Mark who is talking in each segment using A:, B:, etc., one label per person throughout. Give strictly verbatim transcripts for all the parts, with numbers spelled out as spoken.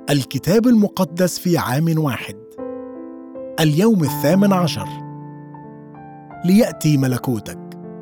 A: الكتاب المقدس في عام واحد. اليوم الثامن عشر. ليأتي ملكوتك.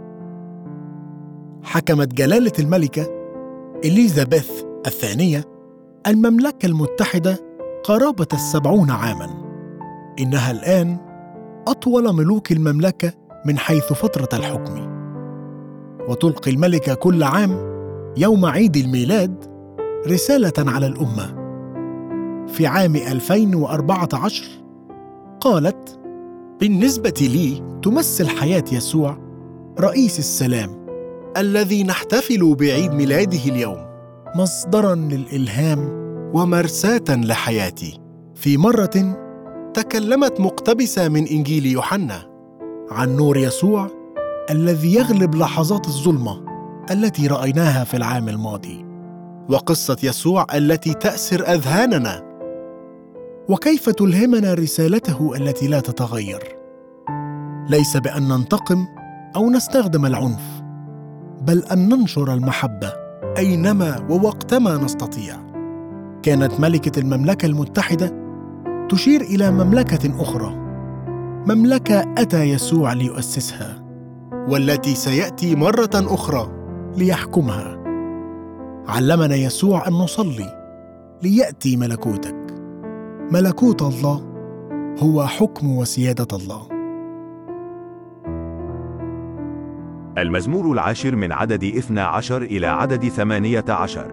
A: حكمت جلالة الملكة إليزابيث الثانية المملكة المتحدة قرابة السبعون عاماً. إنها الآن أطول ملوك المملكة من حيث فترة الحكم. وتلقي الملكة كل عام يوم عيد الميلاد رسالة على الأمة. في عام ألفين وأربعة عشر قالت: بالنسبة لي تمثل حياة يسوع رئيس السلام الذي نحتفل بعيد ميلاده اليوم مصدراً للإلهام ومرساة لحياتي. في مرة تكلمت مقتبسة من إنجيل يوحنا عن نور يسوع الذي يغلب لحظات الظلمة التي رأيناها في العام الماضي، وقصة يسوع التي تأسر أذهاننا، وكيف تلهمنا رسالته التي لا تتغير، ليس بأن ننتقم أو نستخدم العنف، بل أن ننشر المحبة أينما ووقتما نستطيع. كانت ملكة المملكة المتحدة تشير إلى مملكة أخرى، مملكة أتى يسوع ليؤسسها، والتي سيأتي مرة أخرى ليحكمها. علمنا يسوع أن نصلي: ليأتي ملكوتك. ملكوت الله هو حكم وسيادة الله.
B: المزمور العاشر من عدد اثنى عشر إلى عدد ثمانية عشر.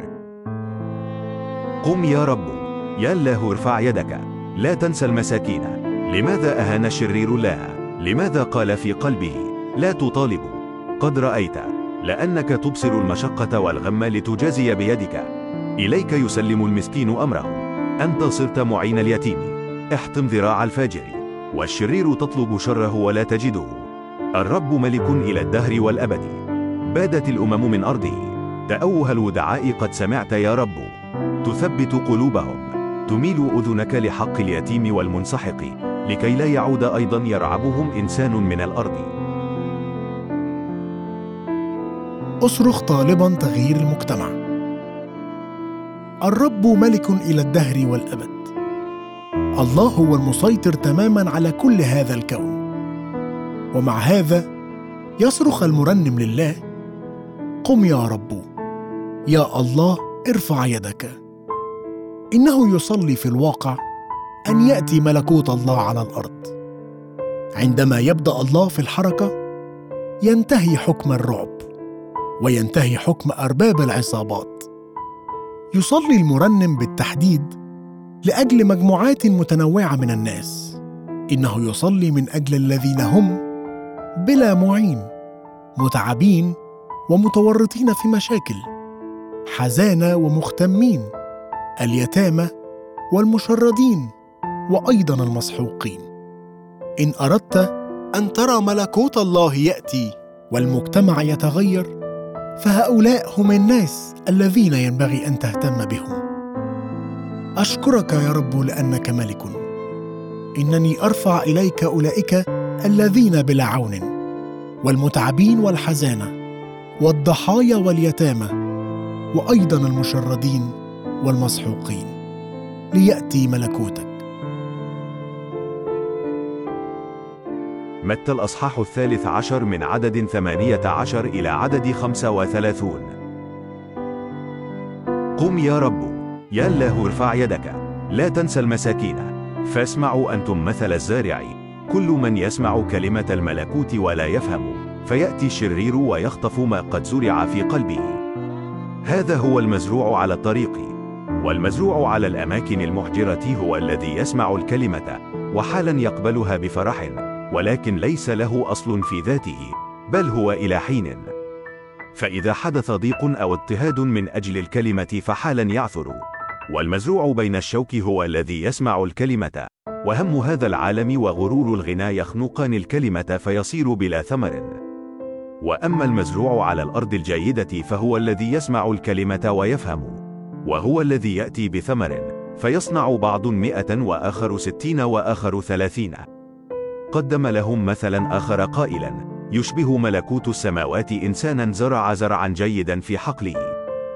B: قم يا رب، يا الله ارفع يدك، لا تنسى المساكين. لماذا أهان الشرير الله؟ لماذا قال في قلبه: لا تطالبوا؟ قد رأيت لأنك تبصر المشقة والغم لتجازي بيدك. إليك يسلم المسكين أمره. أنت صرت معين اليتيم. احطم ذراع الفاجر، والشرير تطلب شره ولا تجده. الرب ملك إلى الدهر والأبد. بادت الأمم من أرضه. تأوه الودعاء قد سمعت يا رب. تثبت قلوبهم. تميل أذنك لحق اليتيم والمنسحق، لكي لا يعود أيضا يرعبهم إنسان من الأرض.
A: أصرخ طالبا تغيير المجتمع. الرب ملك إلى الدهر والأبد. الله هو المسيطر تماما على كل هذا الكون. ومع هذا يصرخ المرنم لله: قم يا رب، يا الله ارفع يدك. إنه يصلي في الواقع أن يأتي ملكوت الله على الأرض. عندما يبدأ الله في الحركة ينتهي حكم الرعب، وينتهي حكم أرباب العصابات. يصلي المرنم بالتحديد لأجل مجموعات متنوعة من الناس. إنه يصلي من أجل الذين هم بلا معين، متعبين ومتورطين في مشاكل، حزانة ومختمين، اليتامى والمشردين، وأيضا المسحوقين. إن أردت أن ترى ملكوت الله يأتي والمجتمع يتغير، فهؤلاء هم الناس الذين ينبغي أن تهتم بهم. أشكرك يا رب لأنك ملك. إنني أرفع إليك أولئك الذين بلا عون، والمتعبين والحزانة، والضحايا واليتامى، وأيضا المشردين والمسحوقين. ليأتي ملكوتك.
B: متى الأصحاح الثالث عشر من عدد ثمانية عشر إلى عدد خمسة وثلاثون. قم يا رب، يا الله ارفع يدك، لا تنسى المساكين. فاسمعوا أنتم مثل الزارع. كل من يسمع كلمة الملكوت ولا يفهم، فيأتي الشرير ويخطف ما قد زرع في قلبه. هذا هو المزروع على الطريق. والمزروع على الأماكن المحجرة هو الذي يسمع الكلمة وحالا يقبلها بفرح، ولكن ليس له أصل في ذاته، بل هو إلى حين. فإذا حدث ضيق أو اضطهاد من أجل الكلمة فحالا يعثر. والمزروع بين الشوك هو الذي يسمع الكلمة، وهم هذا العالم وغرور الغنى يخنقان الكلمة فيصير بلا ثمر. وأما المزروع على الأرض الجيدة فهو الذي يسمع الكلمة ويفهم، وهو الذي يأتي بثمر، فيصنع بعض مئة وآخر ستين وآخر ثلاثين. قدم لهم مثلا آخر قائلا: يشبه ملكوت السماوات إنسانا زرع زرعا جيدا في حقله.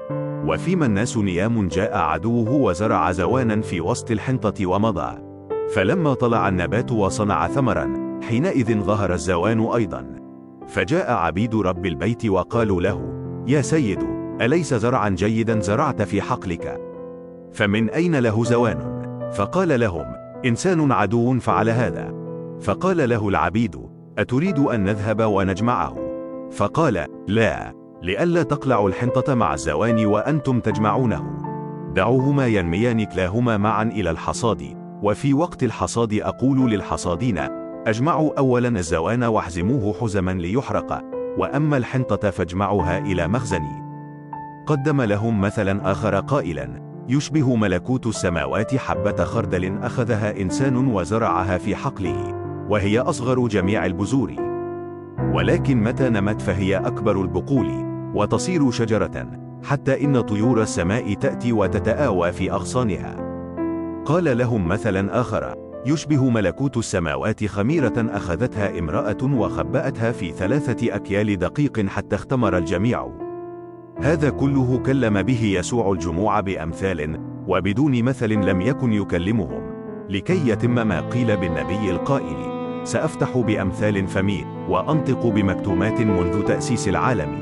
B: وفيما الناس نيام جاء عدوه وزرع زوانا في وسط الحنطة ومضى. فلما طلع النبات وصنع ثمرا، حينئذ ظهر الزوان أيضا. فجاء عبيد رب البيت وقالوا له: يا سيد، أليس زرعا جيدا زرعت في حقلك؟ فمن أين له زوان؟ فقال لهم: إنسان عدو فعل هذا. فقال له العبيد: أتريد أن نذهب ونجمعه؟ فقال: لا، لئلا تقلعوا الحنطة مع الزوان وأنتم تجمعونه. دعوهما ينميان كلاهما معا إلى الحصاد، وفي وقت الحصاد أقول للحصادين: أجمعوا أولا الزوان واحزموه حزما ليحرق، وأما الحنطة فاجمعوها إلى مخزني. قدم لهم مثلا آخر قائلا: يشبه ملكوت السماوات حبة خردل أخذها إنسان وزرعها في حقله، وهي أصغر جميع البذور، ولكن متى نمت فهي أكبر البقول، وتصير شجرة، حتى إن طيور السماء تأتي وتتآوى في أغصانها. قال لهم مثلا آخر: يشبه ملكوت السماوات خميرة أخذتها امرأة وخبأتها في ثلاثة أكيال دقيق حتى اختمر الجميع. هذا كله كلم به يسوع الجموع بأمثال، وبدون مثل لم يكن يكلمهم، لكي يتم ما قيل بالنبي القائل: سأفتح بأمثال فمي، وأنطق بمكتومات منذ تأسيس العالم.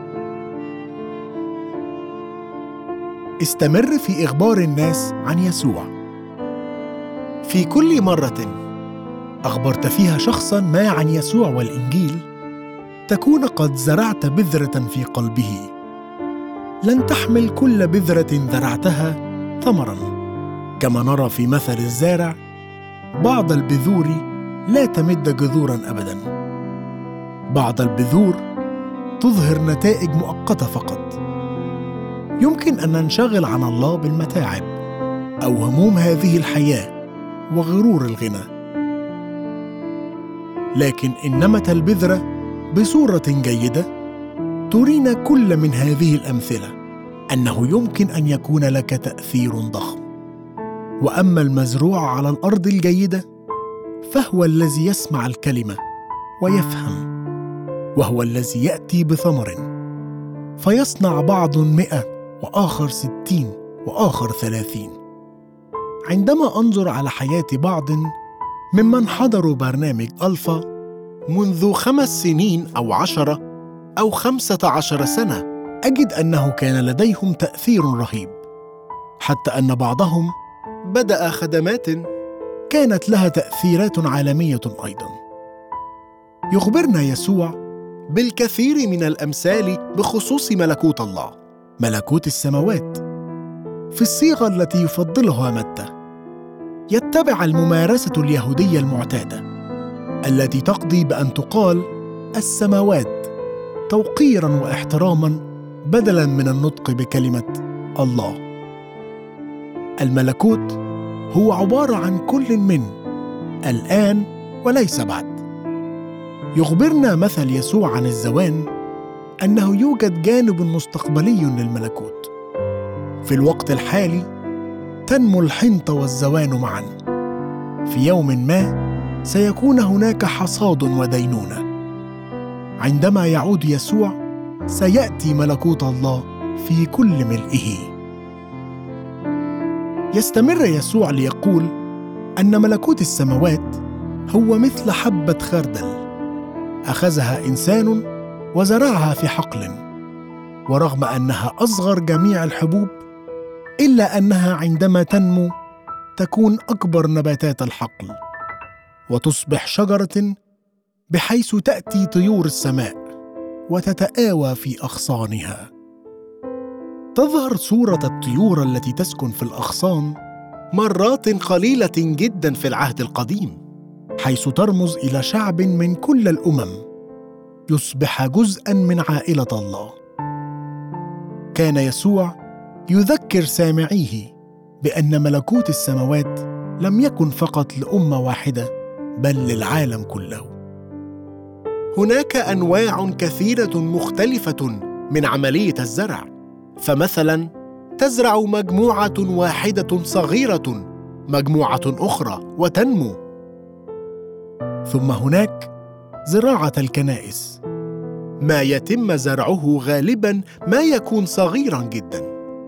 A: استمر في إخبار الناس عن يسوع. في كل مرة أخبرت فيها شخصاً ما عن يسوع والإنجيل، تكون قد زرعت بذرة في قلبه. لن تحمل كل بذرة زرعتها ثمراً، كما نرى في مثل الزارع: بعض البذور لا تمد جذوراً أبداً. بعض البذور تظهر نتائج مؤقتة فقط. يمكن أن ننشغل عن الله بالمتاعب أو هموم هذه الحياة وغرور الغنى، لكن إن نمت البذرة بصورة جيدة ترينا كل من هذه الأمثلة أنه يمكن أن يكون لك تأثير ضخم. وأما المزروع على الأرض الجيدة فهو الذي يسمع الكلمة ويفهم، وهو الذي يأتي بثمر، فيصنع بعض مئة وآخر ستين وآخر ثلاثين. عندما أنظر على حياة بعض ممن حضروا برنامج ألفا منذ خمس سنين أو عشرة أو خمسة عشر سنة، أجد أنه كان لديهم تأثير رهيب، حتى أن بعضهم بدأ خدمات كانت لها تأثيرات عالمية أيضاً. يخبرنا يسوع بالكثير من الأمثال بخصوص ملكوت الله، ملكوت السماوات، في الصيغة التي يفضلها متى. يتبع الممارسة اليهودية المعتادة التي تقضي بأن تقال السماوات توقيراً واحتراماً بدلاً من النطق بكلمة الله. الملكوت هو عبارة عن كل من الآن وليس بعد. يخبرنا مثل يسوع عن الزوان أنه يوجد جانب مستقبلي للملكوت. في الوقت الحالي تنمو الحنطة والزوان معا. في يوم ما سيكون هناك حصاد ودينونة. عندما يعود يسوع سيأتي ملكوت الله في كل ملئه. يستمر يسوع ليقول أن ملكوت السماوات هو مثل حبة خردل أخذها إنسان وزرعها في حقل، ورغم أنها أصغر جميع الحبوب إلا أنها عندما تنمو تكون أكبر نباتات الحقل، وتصبح شجرة بحيث تأتي طيور السماء وتتآوى في أغصانها. تظهر صورة الطيور التي تسكن في الأغصان مرات قليلة جدا في العهد القديم، حيث ترمز إلى شعب من كل الأمم يصبح جزءاً من عائلة الله. كان يسوع يذكر سامعيه بأن ملكوت السماوات لم يكن فقط لأمة واحدة بل للعالم كله. هناك أنواع كثيرة مختلفة من عملية الزرع، فمثلاً تزرع مجموعة واحدة صغيرة مجموعة أخرى وتنمو. ثم هناك زراعة الكنائس، ما يتم زرعه غالباً ما يكون صغيراً جداً،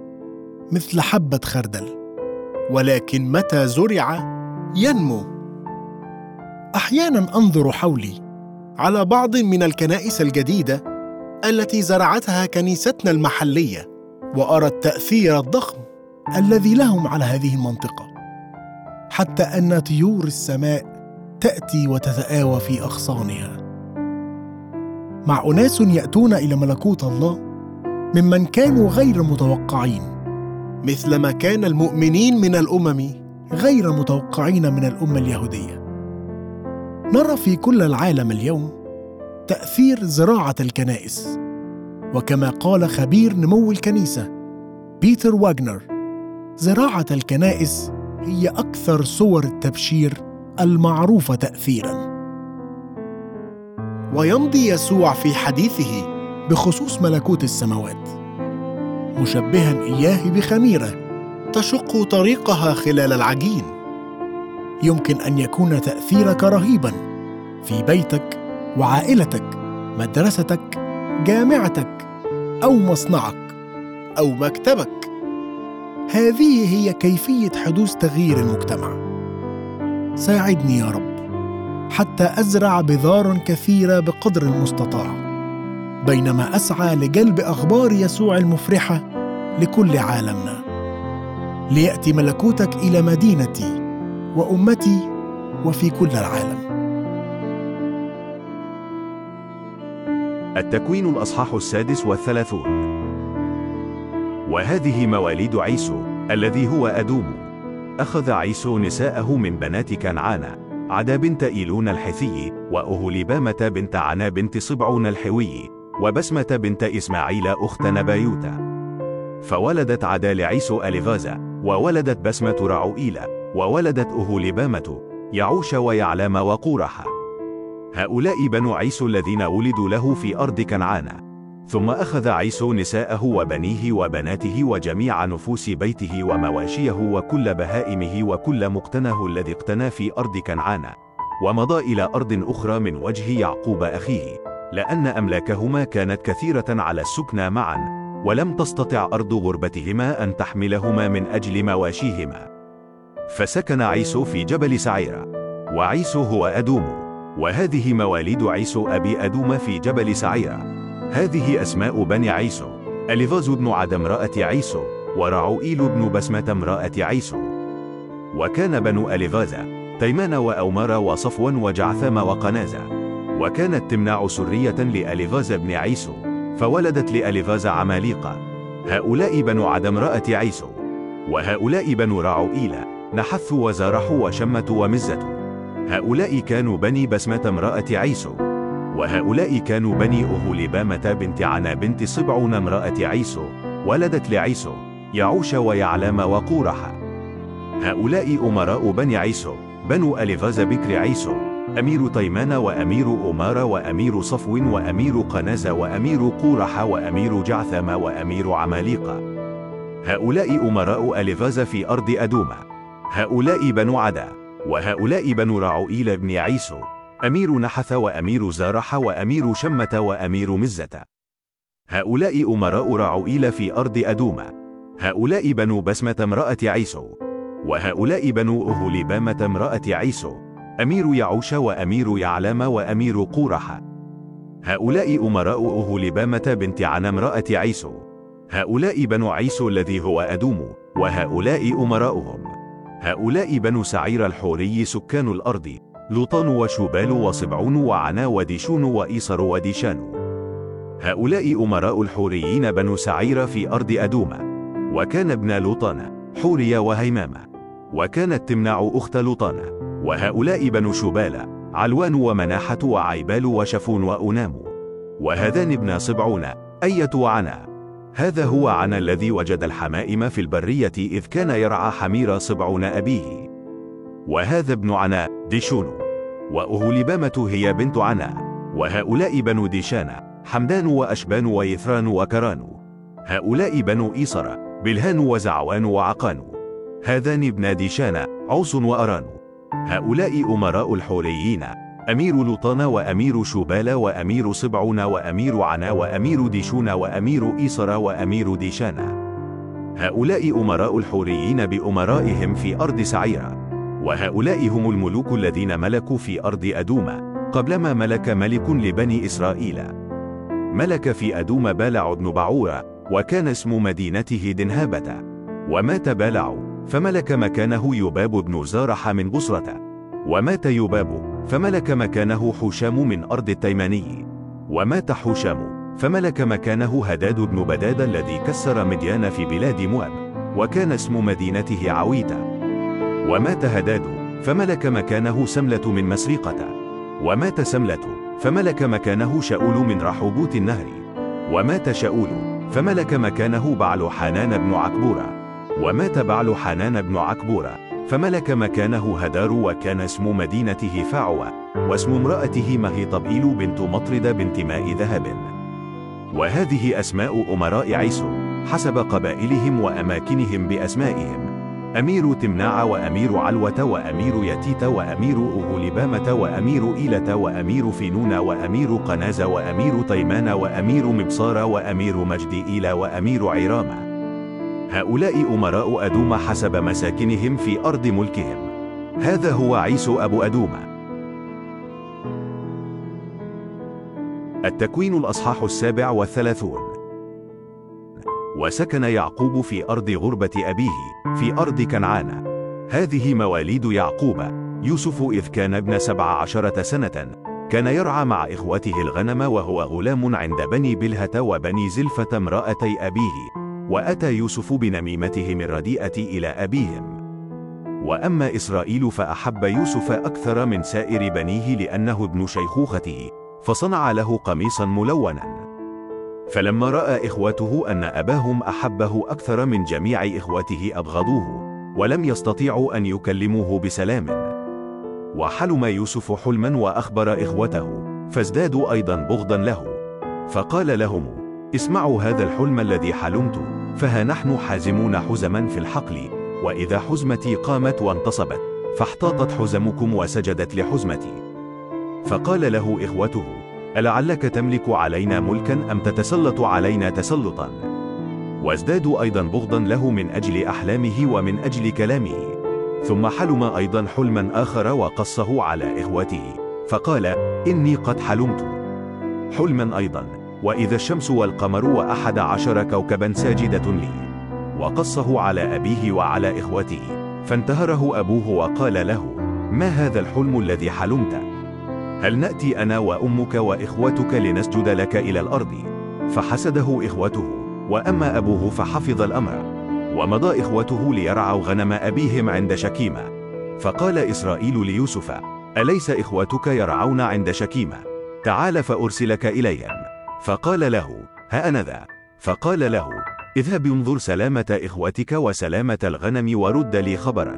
A: مثل حبة خردل، ولكن متى زرع ينمو. أحياناً أنظر حولي على بعض من الكنائس الجديدة التي زرعتها كنيستنا المحلية، وأرى التأثير الضخم الذي لهم على هذه المنطقة، حتى أن طيور السماء تأتي وتتآوى في أغصانها. مع أناس يأتون إلى ملكوت الله ممن كانوا غير متوقعين، مثلما كان المؤمنين من الأمم غير متوقعين من الأمة اليهودية. نرى في كل العالم اليوم تأثير زراعة الكنائس، وكما قال خبير نمو الكنيسة بيتر واغنر، زراعة الكنائس هي أكثر صور التبشير المعروفة تأثيراً. ويمضي يسوع في حديثه بخصوص ملكوت السماوات مشبها إياه بخميرة تشق طريقها خلال العجين. يمكن أن يكون تأثيرك رهيباً في بيتك وعائلتك، مدرستك، جامعتك، أو مصنعك، أو مكتبك. هذه هي كيفية حدوث تغيير المجتمع. ساعدني يا رب حتى أزرع بذارا كثيرة بقدر المستطاع، بينما أسعى لجلب أخبار يسوع المفرحة لكل عالمنا، ليأتي ملكوتك إلى مدينتي وأمتي وفي كل العالم.
B: التكوين الأصحاح السادس والثلاثون. وهذه مواليد عيسو الذي هو أدوم. أخذ عيسو نساءه من بنات كنعان، عدا بنت إيلون الحثي، وأهوليبامة بنت عنا بنت صبعون الحوي، وبسمة بنت إسماعيل أخت نبايوتا. فولدت عدا لعيسو أليفازا، وولدت بسمة رعوئيل، وولدت أهوليبامة يعوش ويعلام وقورح. هؤلاء بنو عيسو الذين ولدوا له في أرض كنعان. ثم أخذ عيسو نساءه وبنيه وبناته وجميع نفوس بيته ومواشيه وكل بهائمه وكل مقتناه الذي اقتنى في أرض كنعان، ومضى إلى أرض أخرى من وجه يعقوب أخيه، لأن أملاكهما كانت كثيرة على السكنى معا، ولم تستطع أرض غربتهما أن تحملهما من أجل مواشيهما. فسكن عيسو في جبل سعيرة، وعيسو هو أدوم. وهذه مواليد عيسو أبي أدوم في جبل سعيرة. هذه أسماء بني عيسو: أليفاز بن عدا امرأة عيسو، ورعوئيل بن بسمة امرأة عيسو. وكان بنو أليفاز تيمان وأومار وصفوا وجعثام وقنازة. وكانت تمنع سرية لأليفاز بن عيسو، فولدت لأليفاز عماليق. هؤلاء بنو عدا امرأة عيسو. وهؤلاء بنو رعوئيل: نحث وزارح وشمة ومزة. هؤلاء كانوا بني بسمة امرأة عيسو. وهؤلاء كانوا بني أهوليبامة بنت عنا بنت صبعون امرأة عيسو، ولدت لعيسو يعوش ويعلام وقورح. هؤلاء أمراء بني عيسو: بنو أليفاز بكر عيسو، أمير تيمان وأمير أمار وأمير صفو وأمير قناز وأمير قورح وأمير جعثام وأمير عماليق. هؤلاء أمراء أليفاز في أرض أدوم. هؤلاء بنو عدا. وهؤلاء بنو رعوئيل بن عيسو: أمير نحث وأمير زارح وأمير شمة وأمير مزة. هؤلاء أمراء رعوئيل في أرض أدوم. هؤلاء بنو بسمة امرأة عيسو. وهؤلاء بنو أهوليبامة امرأة عيسو: أمير يعوش وأمير يعلام وأمير قورح. هؤلاء أمراء أهوليبامة بنت عنا امرأة عيسو. هؤلاء بنو عيسو الذي هو أدوم، وهؤلاء أمراؤهم. هؤلاء بنو سعير الحوري سكان الأرض: لوطان وشوبال وصبعون وعنا وديشون وإيصر وديشان. هؤلاء أمراء الحوريين بنو سعير في أرض أدوم. وكان ابن لوطان حوريا وهيمامة، وكانت تمنع أخت لوطان. وهؤلاء بنو شوبال: علوان ومناحة وعيبال وشفون وأنام. وهذان ابن صبعون أية وعنا. هذا هو عنا الذي وجد الحمائم في البرية إذ كان يرعى حمير صبعون أبيه. وهذا ابن عنا ديشون. وأهوليبامة هي بنت عنا. وهؤلاء بنو ديشان: حمدان وأشبان ويثران وكران. هؤلاء بنو إيصر: بلهان وزعوان وعقان. هذان ابن ديشان: عوص وأران. هؤلاء أمراء الحوريين: أمير لوطان وأمير شوبال وأمير صبعون وأمير عنا وأمير ديشون وأمير إيصر وأمير ديشان. هؤلاء أمراء الحوريين بأمرائهم في أرض سعيرة، وهؤلاء هم الملوك الذين ملكوا في أرض أدوم قبلما ملك ملك لبني إسرائيل. ملك في أدوم بالع بن بعورة، وكان اسم مدينته دنهابة. ومات بالع فملك مكانه يباب بن زارح من بصرة. ومات يباب فملك مكانه حوشام من أرض التيماني. ومات حوشام فملك مكانه هداد بن بداد الذي كسر مديان في بلاد مواب، وكان اسم مدينته عويتا. ومات هداد فملك مكانه سملة من مسرقة. ومات سملة فملك مكانه شاول من رحوبوت النهر. ومات شاول فملك مكانه بعل حنان بن عكبورة. ومات بعل حنان بن عكبورة فملك مكانه هدار، وكان اسم مدينته فاعوة، واسم امرأته مهيطبئيل بنت مطرد بنت ماء ذهب. وهذه أسماء أمراء عيسو حسب قبائلهم وأماكنهم بأسمائهم: أمير تمناع، وأمير علوة، وأمير يتيت، وأمير أهولبامة، وأمير إيلة، وأمير فينون، وأمير قناز، وأمير طيمان، وأمير مبصار، وأمير مجدئيل، وأمير عرام. هؤلاء أمراء أدوم حسب مساكنهم في أرض ملكهم. هذا هو عيسو أبو أدوم. التكوين الأصحاح السابع والثلاثون. وسكن يعقوب في أرض غربة أبيه في أرض كنعان. هذه مواليد يعقوب: يوسف إذ كان ابن سبع عشرة سنة كان يرعى مع إخوته الغنم، وهو غلام عند بني بلهة وبني زلفة امرأتي أبيه. وأتى يوسف بنميمتهم الرديئة إلى أبيهم. وأما إسرائيل فأحب يوسف أكثر من سائر بنيه لأنه ابن شيخوخته، فصنع له قميصا ملونا. فلما رأى إخوته أن أباهم أحبه أكثر من جميع إخوته أبغضوه، ولم يستطيعوا أن يكلموه بسلام. وحلم يوسف حلما وأخبر إخوته، فازدادوا أيضا بغضا له. فقال لهم: اسمعوا هذا الحلم الذي حلمت، فها نحن حازمون حزما في الحقل، وإذا حزمتي قامت وانتصبت، فاحتاطت حزمكم وسجدت لحزمتي. فقال له إخوته: ألعلك تملك علينا ملكا أم تتسلط علينا تسلطا؟ وازدادوا أيضا بغضا له من أجل أحلامه ومن أجل كلامه. ثم حلم أيضا حلما آخر وقصه على إخوته، فقال: إني قد حلمت حلما أيضا، وإذا الشمس والقمر وأحد عشر كوكبا ساجدة لي. وقصه على أبيه وعلى إخوته، فانتهره أبوه وقال له: ما هذا الحلم الذي حلمت؟ هل نأتي أنا وأمك وإخوتك لنسجد لك إلى الأرض؟ فحسده إخوته، وأما أبوه فحفظ الأمر. ومضى إخوته ليرعوا غنم أبيهم عند شكيمة. فقال إسرائيل ليوسف: أليس إخوتك يرعون عند شكيمة؟ تعال فأرسلك إليهم. فقال له: ها أنا ذا. فقال له: اذهب انظر سلامة إخوتك وسلامة الغنم ورد لي خبرا.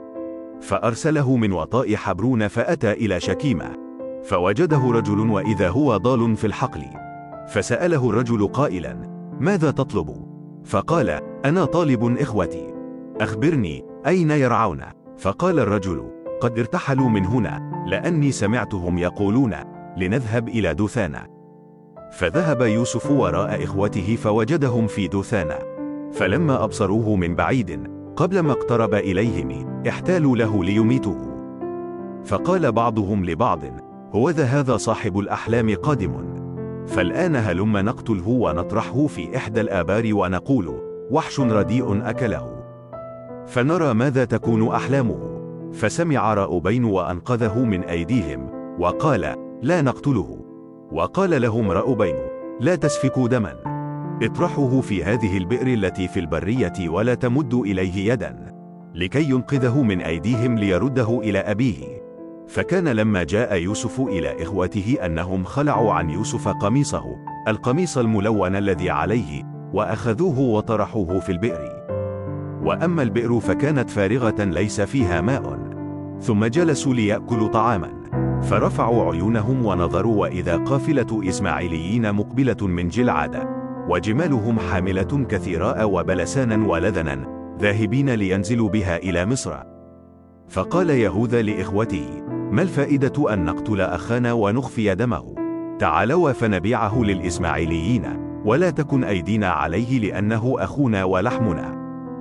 B: فأرسله من وطاء حبرون فأتى إلى شكيمة، فوجده رجل وإذا هو ضال في الحقل. فسأله الرجل قائلا: ماذا تطلب؟ فقال: أنا طالب إخوتي، أخبرني أين يرعون؟ فقال الرجل: قد ارتحلوا من هنا، لأني سمعتهم يقولون لنذهب إلى دوثان. فذهب يوسف وراء إخوته فوجدهم في دوثان. فلما أبصروه من بعيد قبل ما اقترب إليهم احتالوا له ليميتوه. فقال بعضهم لبعض: هوذا هذا صاحب الأحلام قادم، فالآن هلم نقتله ونطرحه في إحدى الآبار ونقول: وحش رديء أكله، فنرى ماذا تكون أحلامه. فسمع رأوبين وأنقذه من أيديهم وقال: لا نقتله. وقال لهم رأوبين: لا تسفكوا دما، اطرحوه في هذه البئر التي في البرية ولا تمدوا إليه يدا، لكي ينقذه من أيديهم ليرده إلى أبيه. فكان لما جاء يوسف إلى إخوته أنهم خلعوا عن يوسف قميصه، القميص الملون الذي عليه، وأخذوه وطرحوه في البئر. وأما البئر فكانت فارغة ليس فيها ماء. ثم جلسوا ليأكلوا طعاما، فرفعوا عيونهم ونظروا، وإذا قافلة إسماعيليين مقبلة من جلعاد، وجمالهم حاملة كثيراء وبلسانا ولذنا، ذاهبين لينزلوا بها إلى مصر. فقال يهوذا لإخوته: ما الفائدة أن نقتل أخانا ونخفي دمه؟ تعالوا فنبيعه للإسماعيليين، ولا تكن أيدينا عليه لأنه أخونا ولحمنا.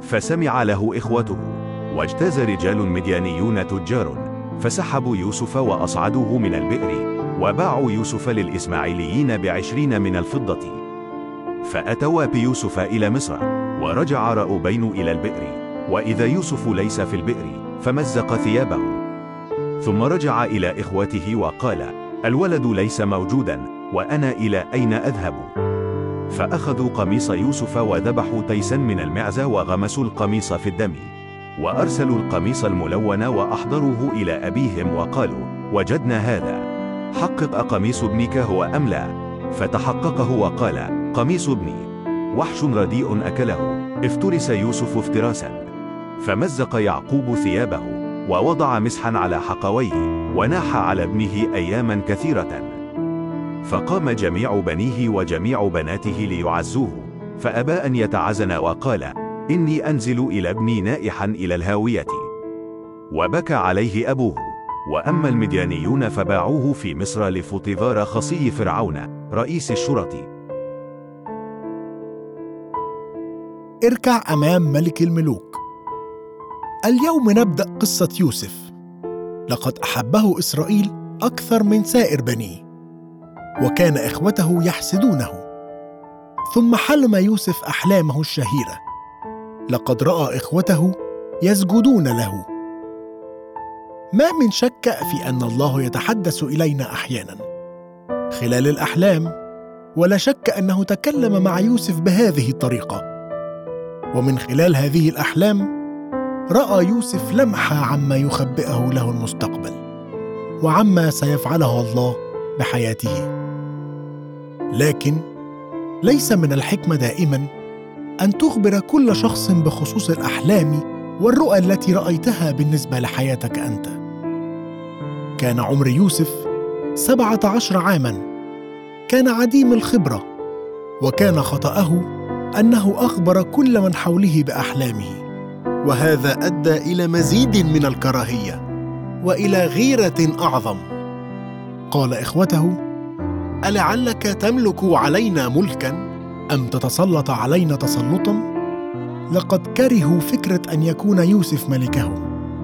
B: فسمع له إخوته، واجتاز رجال مديانيون تجار فسحبوا يوسف وأصعدوه من البئر، وباعوا يوسف للإسماعيليين بعشرين من الفضة. فأتوا بيوسف إلى مصر، ورجع رأوبين إلى البئر، وإذا يوسف ليس في البئر، فمزق ثيابه. ثم رجع إلى إخوته وقال: الولد ليس موجودا، وأنا إلى أين أذهب؟ فأخذوا قميص يوسف وذبحوا تيسا من المعزة وغمسوا القميص في الدم، وأرسلوا القميص الملون وأحضروه إلى أبيهم وقالوا: وجدنا هذا، حقق قميص ابنك هو أم لا؟ فتحققه وقال: قميص ابني، وحش رديء أكله، افترس يوسف افتراسا. فمزق يعقوب ثيابه، ووضع مسحا على حقويه، وناح على ابنه أياما كثيرة. فقام جميع بنيه وجميع بناته ليعزوه، فأبى أن يتعزن وقال: إني أنزل إلى ابني نائحا إلى الهاوية. وبكى عليه أبوه. وأما المديانيون فباعوه في مصر لفطيفار خصي فرعون رئيس الشرطي.
A: اركع أمام ملك الملوك. اليوم نبدأ قصة يوسف. لقد أحبه إسرائيل أكثر من سائر بنيه، وكان إخوته يحسدونه. ثم حلم يوسف أحلامه الشهيرة. لقد رأى إخوته يسجدون له. ما من شك في أن الله يتحدث إلينا أحيانا خلال الأحلام، ولا شك أنه تكلم مع يوسف بهذه الطريقة. ومن خلال هذه الأحلام رأى يوسف لمحة عما يخبئه له المستقبل، وعما سيفعله الله بحياته. لكن ليس من الحكمة دائما أن تخبر كل شخص بخصوص الأحلام والرؤى التي رأيتها بالنسبة لحياتك أنت. كان عمر يوسف سبعة عشر عاما. كان عديم الخبرة، وكان خطأه أنه أخبر كل من حوله بأحلامه، وهذا أدى إلى مزيد من الكراهية وإلى غيرة أعظم. قال إخوته: ألعلك تملك علينا ملكا أم تتسلط علينا تسلطا؟ لقد كرهوا فكرة أن يكون يوسف ملكهم.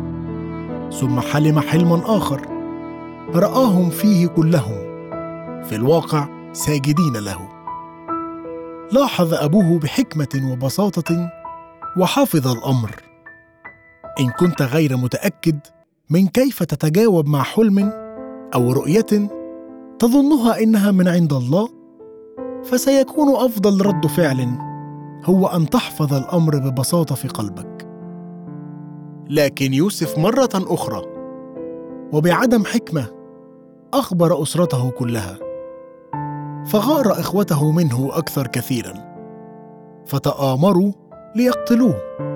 A: ثم حلم حلما آخر رآهم فيه كلهم في الواقع ساجدين له. لاحظ أبوه بحكمة وبساطة وحافظ الأمر. إن كنت غير متأكد من كيف تتجاوب مع حلم أو رؤية تظنها إنها من عند الله، فسيكون أفضل رد فعل هو أن تحفظ الأمر ببساطة في قلبك. لكن يوسف مرة أخرى وبعدم حكمة أخبر أسرته كلها، فغار إخوته منه أكثر كثيرا، فتآمروا ليقتلوه.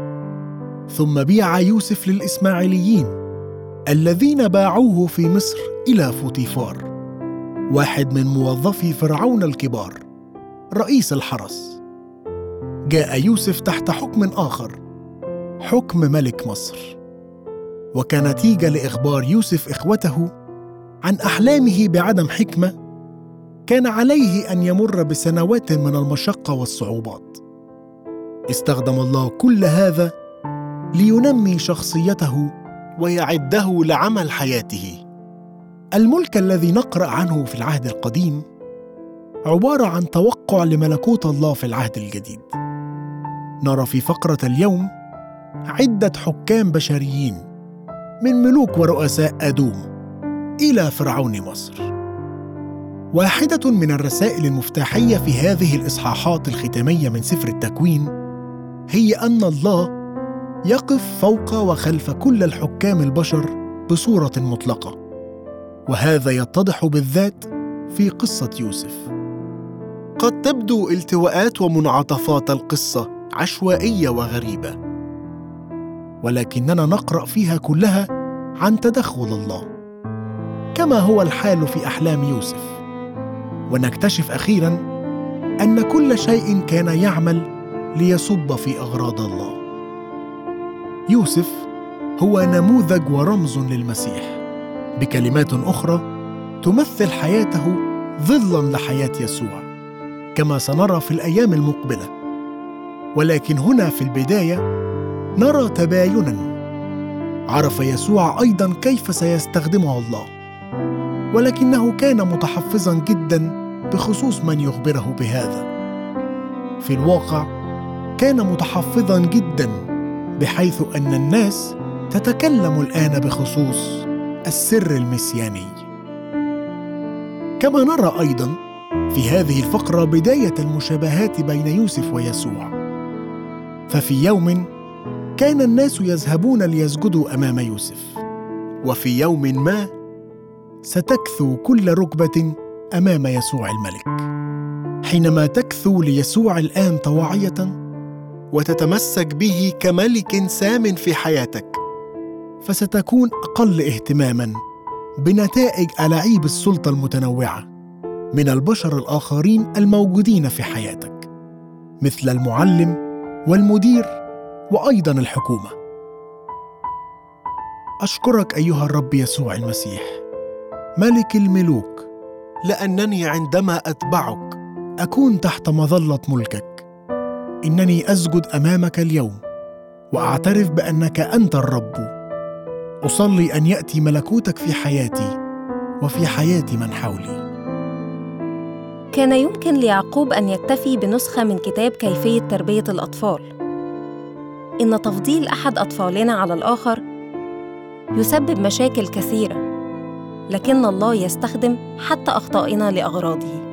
A: ثم بيع يوسف للإسماعيليين الذين باعوه في مصر إلى فطيفار، واحد من موظفي فرعون الكبار رئيس الحرس. جاء يوسف تحت حكم آخر، حكم ملك مصر. وكنتيجة لإخبار يوسف إخوته عن أحلامه بعدم حكمة، كان عليه أن يمر بسنوات من المشقة والصعوبات. استخدم الله كل هذا لينمي شخصيته ويعده لعمل حياته. الملك الذي نقرأ عنه في العهد القديم عبارة عن توقع لملكوت الله في العهد الجديد. نرى في فقرة اليوم عدة حكام بشريين، من ملوك ورؤساء أدوم إلى فرعون مصر. واحدة من الرسائل المفتاحية في هذه الإصحاحات الختامية من سفر التكوين هي أن الله يقف فوق وخلف كل الحكام البشر بصورة مطلقة، وهذا يتضح بالذات في قصة يوسف. قد تبدو التواءات ومنعطفات القصة عشوائية وغريبة، ولكننا نقرأ فيها كلها عن تدخل الله، كما هو الحال في أحلام يوسف. ونكتشف أخيراً أن كل شيء كان يعمل ليصب في أغراض الله. يوسف هو نموذج ورمز للمسيح. بكلمات أخرى تمثل حياته ظلاً لحياة يسوع، كما سنرى في الأيام المقبلة. ولكن هنا في البداية نرى تبايناً. عرف يسوع أيضاً كيف سيستخدمه الله، ولكنه كان متحفظاً جداً بخصوص من يخبره بهذا. في الواقع كان متحفظاً جداً، بحيث أن الناس تتكلم الآن بخصوص السر المسياني. كما نرى أيضاً في هذه الفقرة بداية المشابهات بين يوسف ويسوع. ففي يوم كان الناس يذهبون ليسجدوا أمام يوسف، وفي يوم ما ستكثو كل ركبة أمام يسوع الملك. حينما تكثو ليسوع الآن طواعية وتتمسك به كملك سام في حياتك، فستكون أقل اهتماماً بنتائج ألاعيب السلطة المتنوعة من البشر الآخرين الموجودين في حياتك، مثل المعلم والمدير وأيضاً الحكومة. أشكرك أيها الرب يسوع المسيح ملك الملوك، لأنني عندما أتبعك أكون تحت مظلة ملكك. إنني أسجد أمامك اليوم وأعترف بأنك أنت الرب. أصلي أن يأتي ملكوتك في حياتي وفي حياة من حولي.
C: كان يمكن ليعقوب أن يكتفي بنسخة من كتاب كيفية تربية الأطفال. إن تفضيل أحد أطفالنا على الآخر يسبب مشاكل كثيرة، لكن الله يستخدم حتى أخطائنا لأغراضه.